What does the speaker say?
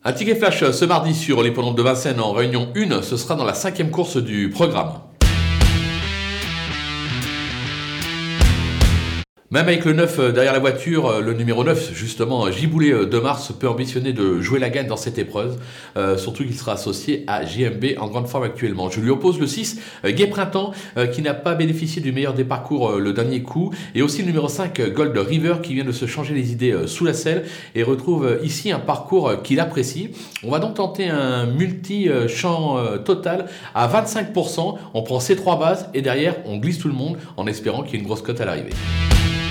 Un ticket flash ce mardi sur l'hippodrome de Vincennes en réunion 1, ce sera dans la 5e course du programme. Même avec le 9 derrière la voiture, le numéro 9, justement, Giboulet de Mars peut ambitionner de jouer la gagne dans cette épreuve, surtout qu'il sera associé à JMB en grande forme actuellement. Je lui oppose le 6, Gai Printemps, qui n'a pas bénéficié du meilleur des parcours le dernier coup, et aussi le numéro 5, Gold River, qui vient de se changer les idées sous la selle et retrouve ici un parcours qu'il apprécie. On va donc tenter un multi-champ total à 25%. On prend ces 3 bases et derrière, on glisse tout le monde en espérant qu'il y ait une grosse cote à l'arrivée.